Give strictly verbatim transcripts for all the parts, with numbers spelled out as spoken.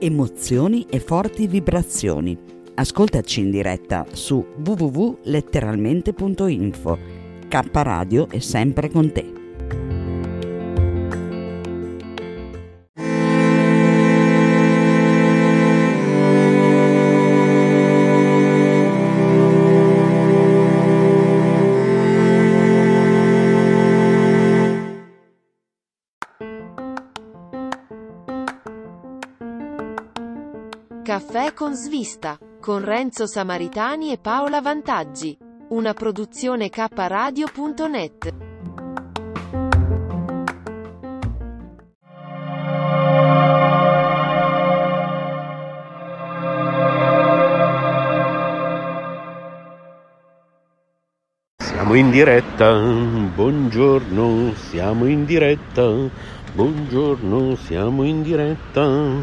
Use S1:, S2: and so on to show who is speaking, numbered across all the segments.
S1: Emozioni e forti vibrazioni. Ascoltaci in diretta su w w w punto letteralmente punto info. K Radio è sempre con te.
S2: Caffè con svista, con Renzo Samaritani e Paola Vantaggi. Una produzione K Radio punto net.
S3: Siamo in diretta, buongiorno, siamo in diretta, buongiorno, siamo in diretta.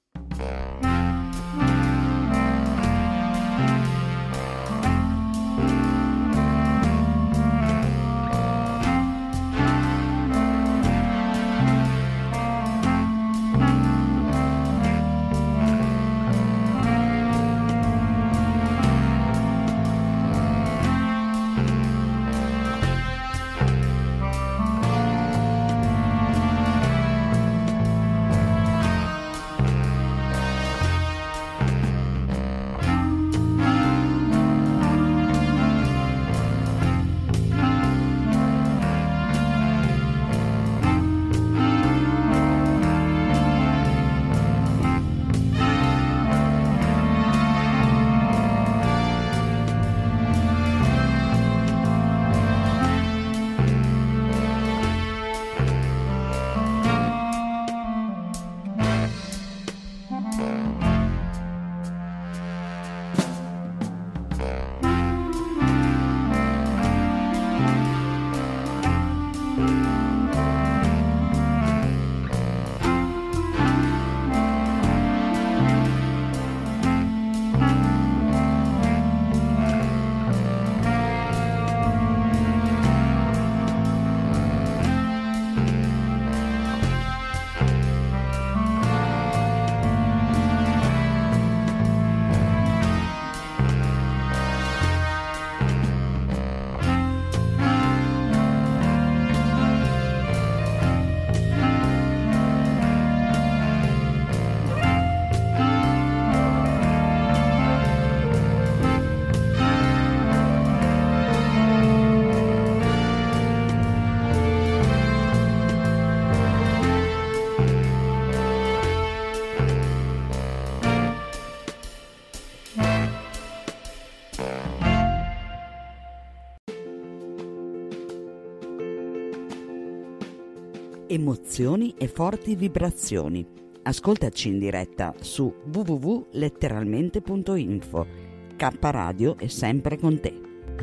S1: Emozioni e forti vibrazioni. Ascoltaci in diretta su w w w punto letteralmente punto info. K Radio è sempre con te.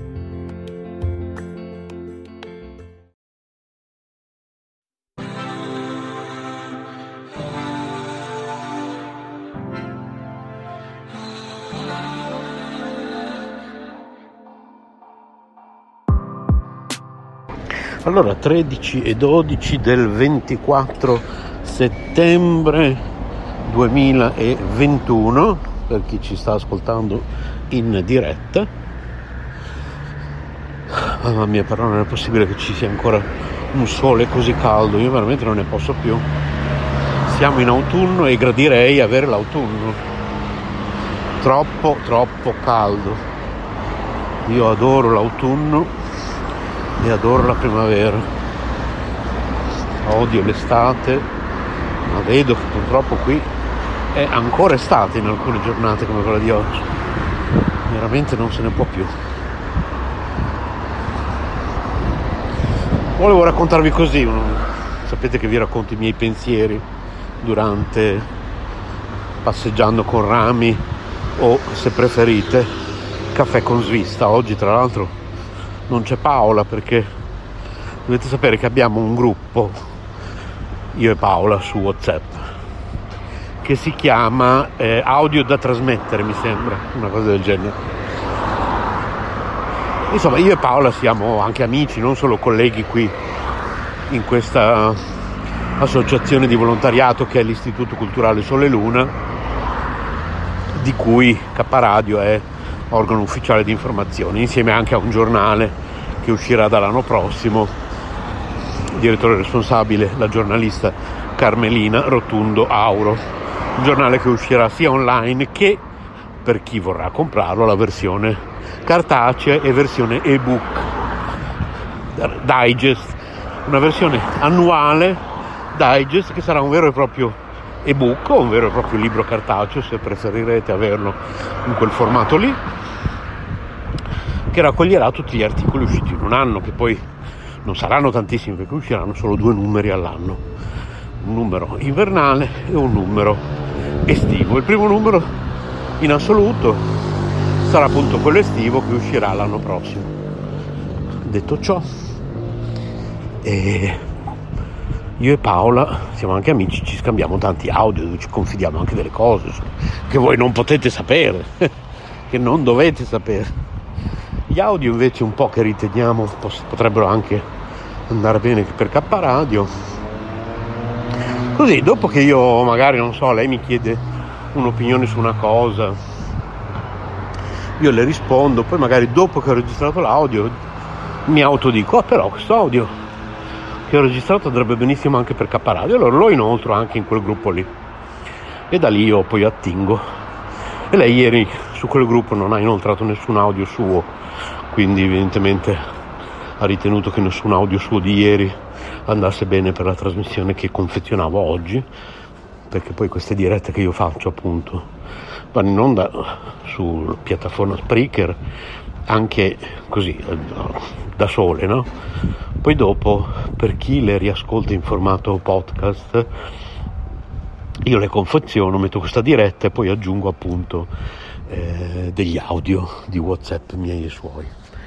S3: Allora, tredici e dodici del ventiquattro settembre duemilaventuno, per chi ci sta ascoltando in diretta. Mamma mia, però non è possibile che ci sia ancora un sole così caldo, io veramente non ne posso più. Siamo in autunno e gradirei avere l'autunno. Troppo, troppo caldo. Io adoro l'autunno e adoro la primavera, odio l'estate, ma vedo che purtroppo qui è ancora estate in alcune giornate come quella di oggi, veramente non se ne può più. Volevo raccontarvi così, sapete che vi racconto i miei pensieri durante passeggiando con Rami o, se preferite, caffè con svista. Oggi tra l'altro non c'è Paola perché dovete sapere che abbiamo un gruppo, io e Paola, su WhatsApp, che si chiama eh, Audio da trasmettere, mi sembra, una cosa del genere. Insomma, io e Paola siamo anche amici, non solo colleghi qui in questa associazione di volontariato che è l'Istituto Culturale Sole Luna, di cui K Radio è organo ufficiale di informazione, insieme anche a un giornale che uscirà dall'anno prossimo. Direttore responsabile la giornalista Carmelina Rotundo Auro, un giornale che uscirà sia online che, per chi vorrà comprarlo, la versione cartacea e versione ebook digest, una versione annuale digest che sarà un vero e proprio ebook o un vero e proprio libro cartaceo, se preferirete averlo in quel formato lì, che raccoglierà tutti gli articoli usciti in un anno, che poi non saranno tantissimi perché usciranno solo due numeri all'anno, un numero invernale e un numero estivo. Il primo numero in assoluto sarà appunto quello estivo, che uscirà l'anno prossimo. Detto ciò, e io e Paola siamo anche amici, ci scambiamo tanti audio, ci confidiamo anche delle cose che voi non potete sapere, che non dovete sapere. Gli audio invece un po' che riteniamo potrebbero anche andare bene per K Radio. Così, dopo che io magari, non so, lei mi chiede un'opinione su una cosa, io le rispondo, poi magari dopo che ho registrato l'audio mi autodico, ah però questo audio che ho registrato andrebbe benissimo anche per K Radio, allora lo inoltro anche in quel gruppo lì e da lì io poi attingo. E lei ieri su quel gruppo non ha inoltrato nessun audio suo, quindi evidentemente ha ritenuto che nessun audio suo di ieri andasse bene per la trasmissione che confezionavo oggi, perché poi queste dirette che io faccio appunto vanno in onda su piattaforma Spreaker anche così da sole, no? Poi dopo, per chi le riascolta in formato podcast, io le confeziono, metto questa diretta e poi aggiungo appunto eh, degli audio di WhatsApp miei e suoi.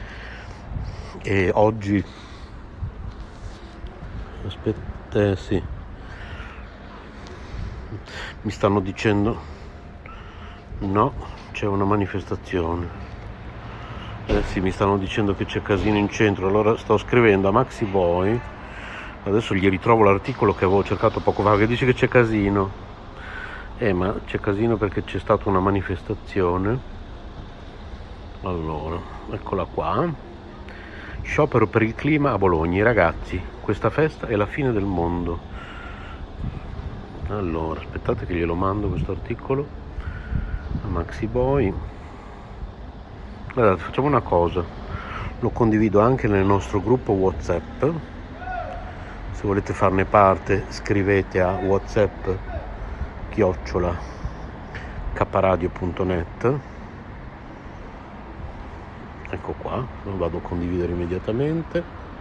S3: E oggi aspetta, eh, sì mi stanno dicendo no, c'è una manifestazione. Eh sì, mi stanno dicendo che c'è casino in centro, allora sto scrivendo a Maxi Boy, adesso gli ritrovo l'articolo che avevo cercato poco fa, che dice che c'è casino. Eh, ma c'è casino perché c'è stata una manifestazione. Allora, eccola qua. Sciopero per il clima a Bologna. Ragazzi, questa festa è la fine del mondo. Allora, aspettate che glielo mando questo articolo a Maxi Boy. Guardate, facciamo una cosa, lo condivido anche nel nostro gruppo WhatsApp. Se volete farne parte scrivete a WhatsApp chiocciola kpradio punto net. Ecco qua, lo vado a condividere immediatamente.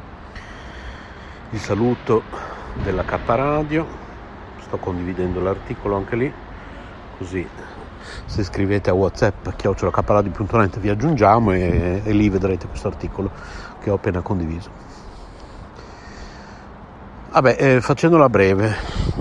S3: Il saluto della K Radio, sto condividendo l'articolo anche lì, così se scrivete a WhatsApp chiocciola kpradio punto net vi aggiungiamo e, e lì vedrete questo articolo che ho appena condiviso. Vabbè, eh, facendola breve,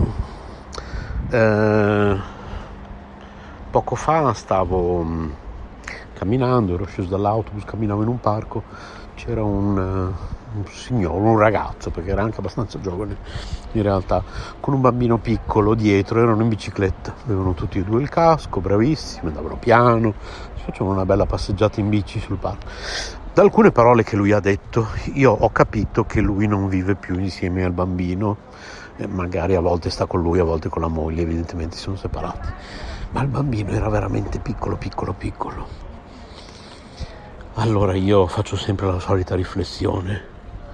S3: eh, poco fa stavo mh, camminando, ero sceso dall'autobus, camminavo in un parco, c'era un, uh, un signore, un ragazzo, perché era anche abbastanza giovane in realtà, con un bambino piccolo dietro, erano in bicicletta, avevano tutti e due il casco, bravissimi, andavano piano, facevano una bella passeggiata in bici sul parco. Da alcune parole che lui ha detto io ho capito che lui non vive più insieme al bambino, eh, magari a volte sta con lui, a volte con la moglie, evidentemente si sono separati, ma il bambino era veramente piccolo, piccolo, piccolo. Allora io faccio sempre la solita riflessione: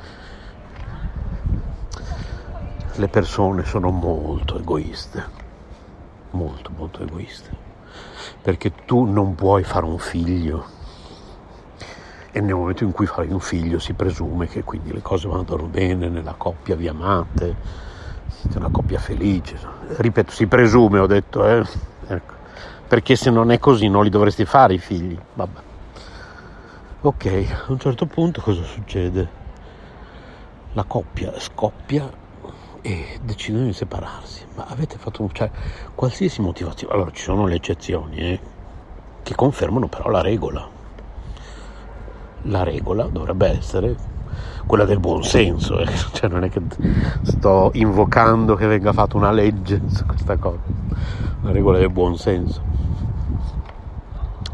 S3: le persone sono molto egoiste, molto molto egoiste, perché tu non puoi fare un figlio e nel momento in cui fai un figlio si presume che quindi le cose vadano bene nella coppia, vi amate, siete una coppia felice. Ripeto, si presume, ho detto, eh? Ecco. Perché se non è così non li dovresti fare i figli. Vabbè. Ok, a un certo punto cosa succede? La coppia scoppia e decidono di separarsi. Ma avete fatto un, cioè, qualsiasi motivazione. Allora ci sono le eccezioni eh, che confermano però la regola. La regola dovrebbe essere quella del buon senso, eh. Cioè non è che sto invocando che venga fatta una legge su questa cosa, la regola del buon senso.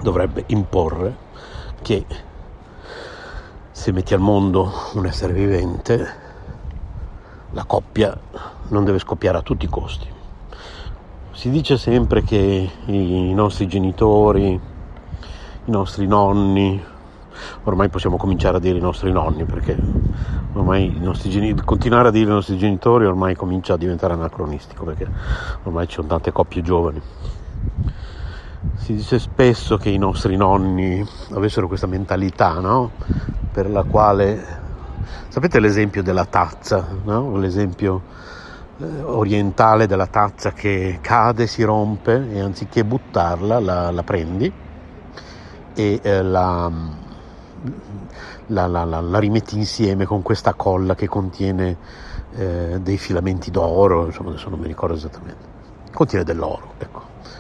S3: dovrebbe imporre che se metti al mondo un essere vivente, la coppia non deve scoppiare a tutti i costi. Si dice sempre che i nostri genitori, i nostri nonni, ormai possiamo cominciare a dire i nostri nonni, perché ormai i nostri genitori, continuare a dire i nostri genitori ormai comincia a diventare anacronistico, perché ormai ci sono tante coppie giovani. Si dice spesso che i nostri nonni avessero questa mentalità, no? Per la quale, sapete l'esempio della tazza, no? L'esempio eh, orientale della tazza che cade, si rompe e anziché buttarla la, la prendi e eh, la, la, la, la, la rimetti insieme con questa colla che contiene eh, dei filamenti d'oro, insomma adesso non mi ricordo esattamente, contiene dell'oro, ecco.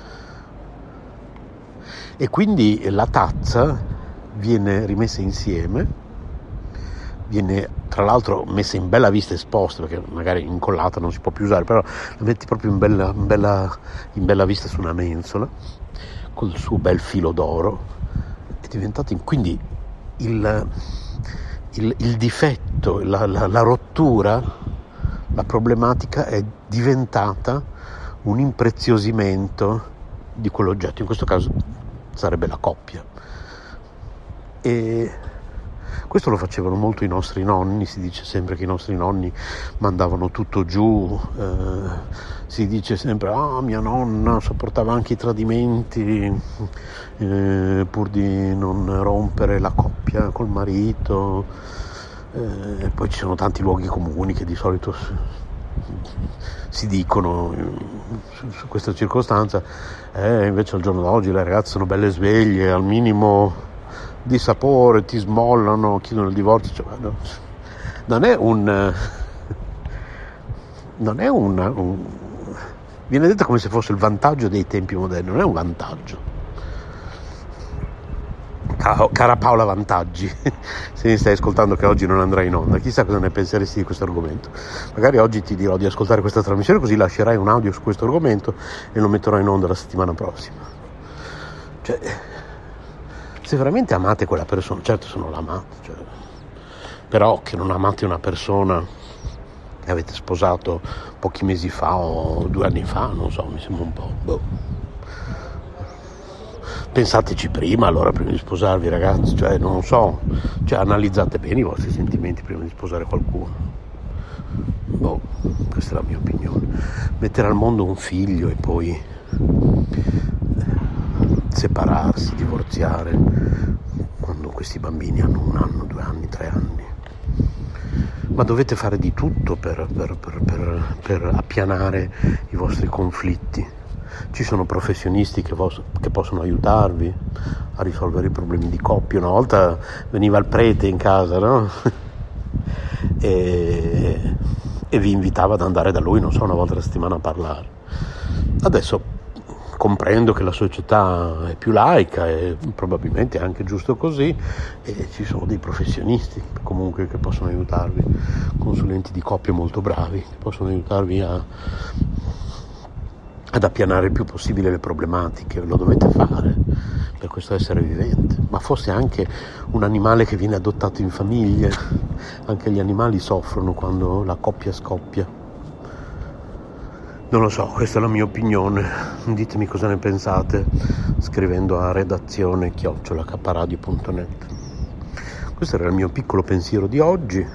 S3: E quindi la tazza viene rimessa insieme, viene tra l'altro messa in bella vista esposta, perché magari incollata non si può più usare, però la metti proprio in bella, in bella, in bella vista su una mensola col suo bel filo d'oro. È diventato in, quindi il, il, il difetto, la, la, la rottura, la problematica è diventata un impreziosimento di quell'oggetto, in questo caso sarebbe la coppia. E questo lo facevano molto i nostri nonni, si dice sempre che i nostri nonni mandavano tutto giù, eh, si dice sempre ah mia nonna sopportava anche i tradimenti eh, pur di non rompere la coppia col marito, eh, e poi ci sono tanti luoghi comuni che di solito si dicono su, su questa circostanza, eh, invece al giorno d'oggi le ragazze sono belle sveglie, al minimo di sapore ti smollano, chiedono il divorzio, cioè, no, non è un non è un, un viene detto come se fosse il vantaggio dei tempi moderni, non è un vantaggio. Cara Paola Vantaggi, se mi stai ascoltando che oggi non andrai in onda, chissà cosa ne penseresti di questo argomento. Magari oggi ti dirò di ascoltare questa trasmissione, così lascerai un audio su questo argomento e lo metterò in onda la settimana prossima. Cioè, se veramente amate quella persona, certo se non l'amate, cioè, però che non amate una persona che avete sposato pochi mesi fa o due anni fa, non so, mi sembra un po'... Boh. Pensateci prima, allora, prima di sposarvi, ragazzi, cioè non lo so, cioè analizzate bene i vostri sentimenti prima di sposare qualcuno. Boh, questa è la mia opinione. Mettere al mondo un figlio e poi separarsi, divorziare quando questi bambini hanno un anno, due anni, tre anni. Ma dovete fare di tutto per, per, per, per, per appianare i vostri conflitti. Ci sono professionisti che, vos- che possono aiutarvi a risolvere i problemi di coppia. Una volta veniva il prete in casa, no? e, e vi invitava ad andare da lui, non so, una volta alla settimana a parlare. Adesso comprendo che la società è più laica e probabilmente è anche giusto così, e ci sono dei professionisti comunque che possono aiutarvi, consulenti di coppie molto bravi che possono aiutarvi a ad appianare il più possibile le problematiche. Lo dovete fare per questo essere vivente, ma fosse anche un animale che viene adottato in famiglia, anche gli animali soffrono quando la coppia scoppia. Non lo so, questa è la mia opinione, ditemi cosa ne pensate scrivendo a redazione chiocciola kaparadio punto net. Questo era il mio piccolo pensiero di oggi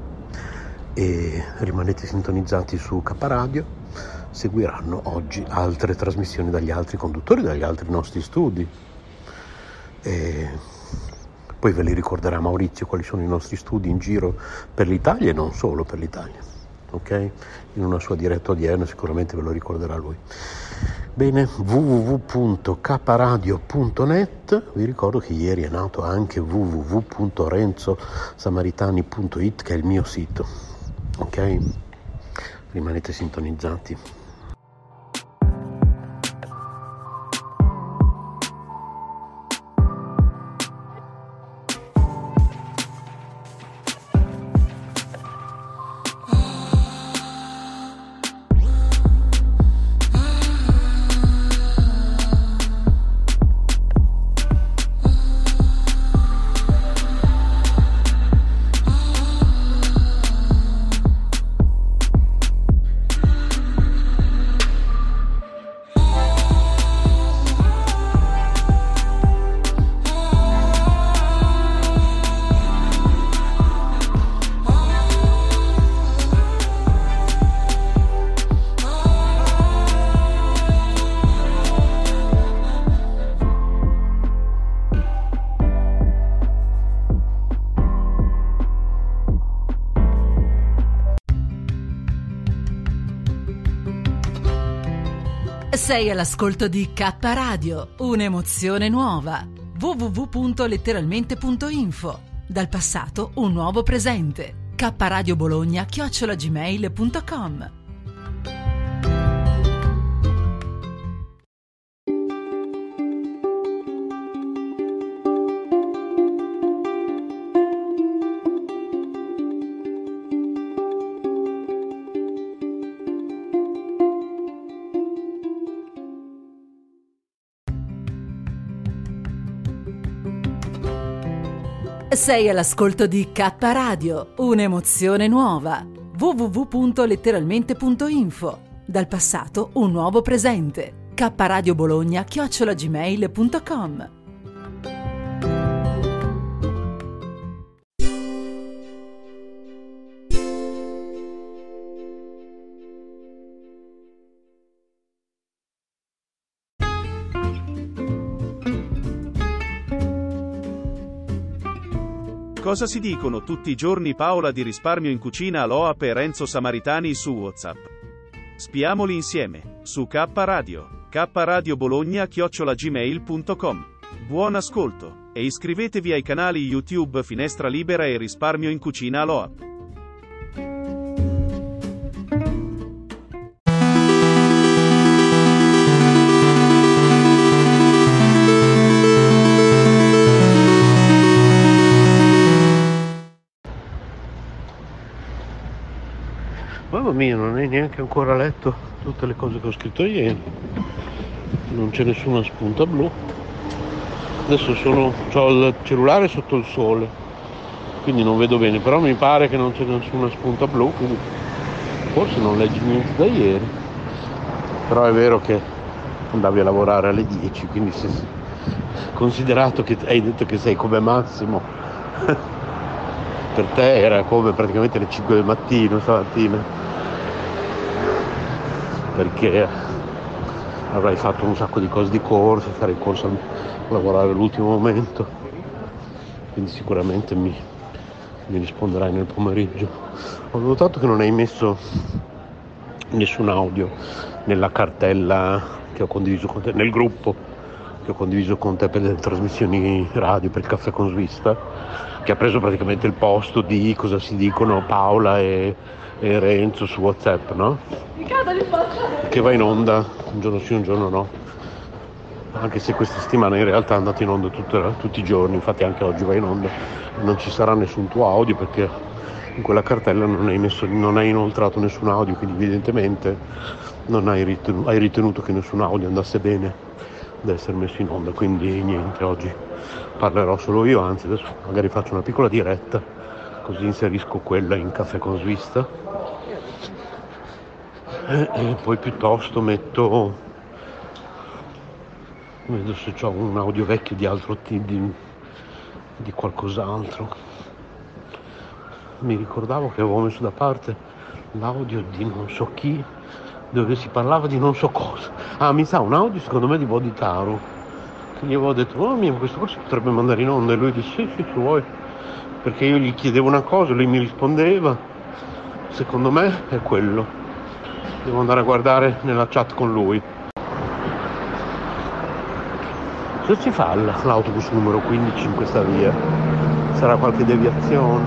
S3: e rimanete sintonizzati su K Radio. Seguiranno oggi altre trasmissioni dagli altri conduttori, dagli altri nostri studi, e poi ve li ricorderà Maurizio quali sono i nostri studi in giro per l'Italia e non solo per l'Italia, ok? In una sua diretta odierna sicuramente ve lo ricorderà lui. Bene, w w w punto kaparadio punto net. Vi ricordo che ieri è nato anche w w w punto renzo samaritani punto it, che è il mio sito, ok? Rimanete sintonizzati.
S4: Sei all'ascolto di K Radio, un'emozione nuova. w w w punto letteralmente punto info. Dal passato un nuovo presente. K Radio Bologna chiocciola gmail punto com. Sei all'ascolto di K Radio, un'emozione nuova. w w w punto letteralmente punto info. Dal passato un nuovo presente. K Radio Bologna chiocciola gmail punto com.
S5: Cosa si dicono tutti i giorni Paola di Risparmio in Cucina, Aloap e Renzo Samaritani su WhatsApp? Spiamoli insieme, su K Radio, K Radio Bologna chiocciola gmail punto com. Buon ascolto, e iscrivetevi ai canali YouTube Finestra Libera e Risparmio in Cucina Aloap.
S3: Mamma mia, non hai neanche ancora letto tutte le cose che ho scritto ieri. Non c'è nessuna spunta blu. Adesso sono, ho il cellulare sotto il sole, quindi non vedo bene, però mi pare che non c'è nessuna spunta blu, quindi forse non leggi niente da ieri. Però è vero che andavi a lavorare alle dieci, quindi se, considerato che hai detto che sei come Massimo, per te era come praticamente le cinque del mattino stamattina, perché avrai fatto un sacco di cose di corsa, fare il corso a lavorare all'ultimo momento, quindi sicuramente mi, mi risponderai nel pomeriggio. Ho notato che non hai messo nessun audio nella cartella che ho condiviso con te, nel gruppo che ho condiviso con te per le trasmissioni radio, per il caffè con Svista, che ha preso praticamente il posto di cosa si dicono Paola e, e Renzo su WhatsApp, no? Che va in onda un giorno sì un giorno no, anche se questa settimana in realtà è andata in onda tutte, tutti i giorni, infatti anche oggi va in onda. Non ci sarà nessun tuo audio perché in quella cartella non hai, messo, non hai inoltrato nessun audio, quindi evidentemente non hai ritenuto, hai ritenuto che nessun audio andasse bene da essere messo in onda, quindi niente, oggi parlerò solo io, anzi adesso magari faccio una piccola diretta così inserisco quella in caffè con Svista e, e poi piuttosto metto vedo se c'ho un audio vecchio di altro tipo di, di qualcos'altro. Mi ricordavo che avevo messo da parte l'audio di non so chi, dove si parlava di non so cosa. Ah, mi sa un audio secondo me di Bodhitaru, che gli avevo detto oh mio, questo qua si potrebbe mandare in onda, e lui disse sì sì se vuoi, perché io gli chiedevo una cosa, lui mi rispondeva. Secondo me è quello, devo andare a guardare nella chat con lui. Se si fa l'autobus numero quindici in questa via, sarà qualche deviazione,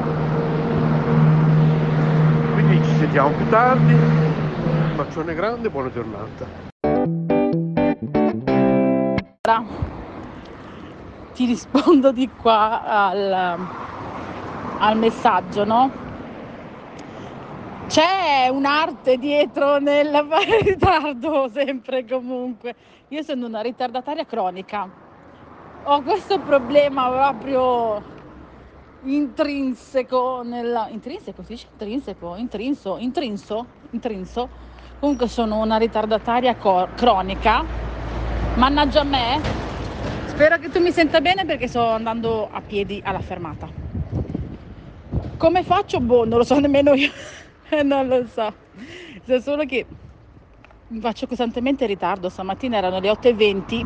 S3: quindi ci sentiamo più tardi. Un bacione grande, buona giornata.
S6: Ti rispondo di qua al, al messaggio, no? C'è un'arte dietro nel fare ritardo, sempre e comunque. Io sono una ritardataria cronica, ho questo problema proprio intrinseco nella... intrinseco si dice? Intrinseco? Intrinso? Intrinso? Intrinso? Comunque sono una ritardataria co- cronica, mannaggia a me. Spero che tu mi senta bene perché sto andando a piedi alla fermata. Come faccio? Boh, non lo so nemmeno io. Non lo so. So solo che mi faccio costantemente in ritardo. Stamattina erano le otto e venti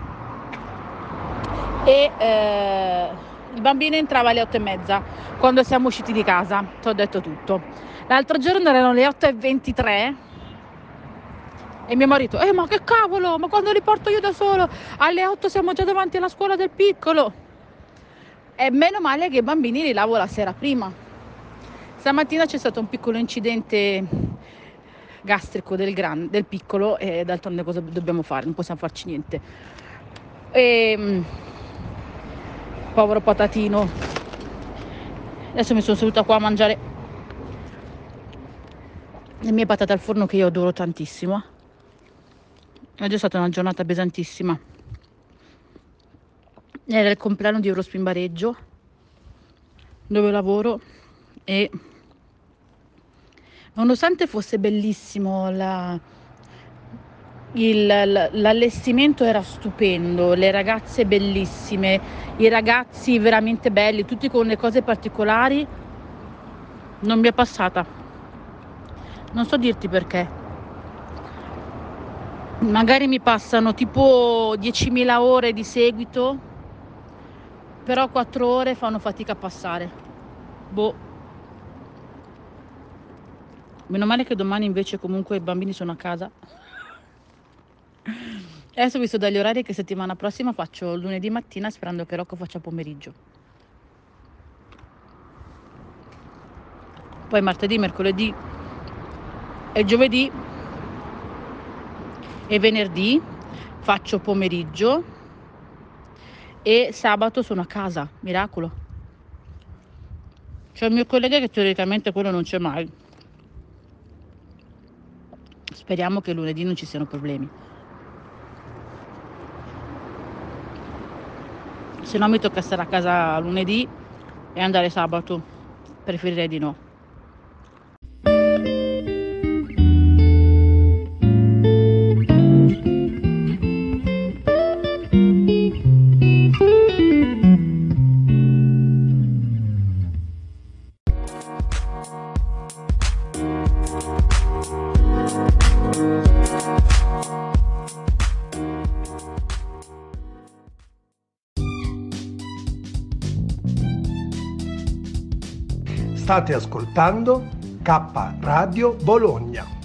S6: e eh, il bambino entrava alle otto e mezza quando siamo usciti di casa. Ti ho detto tutto. L'altro giorno erano le otto e ventitré E mio marito, eh ma che cavolo, ma quando li porto io da solo? Alle otto siamo già davanti alla scuola del piccolo. E meno male che i bambini li lavo la sera prima. Stamattina c'è stato un piccolo incidente gastrico del, gran, del piccolo e d'altronde cosa dobbiamo fare? Non possiamo farci niente. E, povero patatino. Adesso mi sono seduta qua a mangiare le mie patate al forno che io adoro tantissimo. Oggi è stata una giornata pesantissima. Era il compleanno di Eurospin Bareggio, dove lavoro, e nonostante fosse bellissimo, la, il, l'allestimento era stupendo, le ragazze bellissime, i ragazzi veramente belli, tutti con le cose particolari, non mi è passata. Non so dirti perché. Magari mi passano tipo diecimila ore di seguito, però quattro ore fanno fatica a passare. Boh. Meno male che domani invece comunque i bambini sono a casa. Adesso ho visto dagli orari che settimana prossima faccio lunedì mattina, sperando che Rocco faccia pomeriggio. Poi martedì, mercoledì e giovedì e venerdì faccio pomeriggio e sabato sono a casa, miracolo. C'è il mio collega che teoricamente quello non c'è mai. Speriamo che lunedì non ci siano problemi. Se no mi tocca stare a casa lunedì e andare sabato. Preferirei di no.
S7: State ascoltando K Radio Bologna.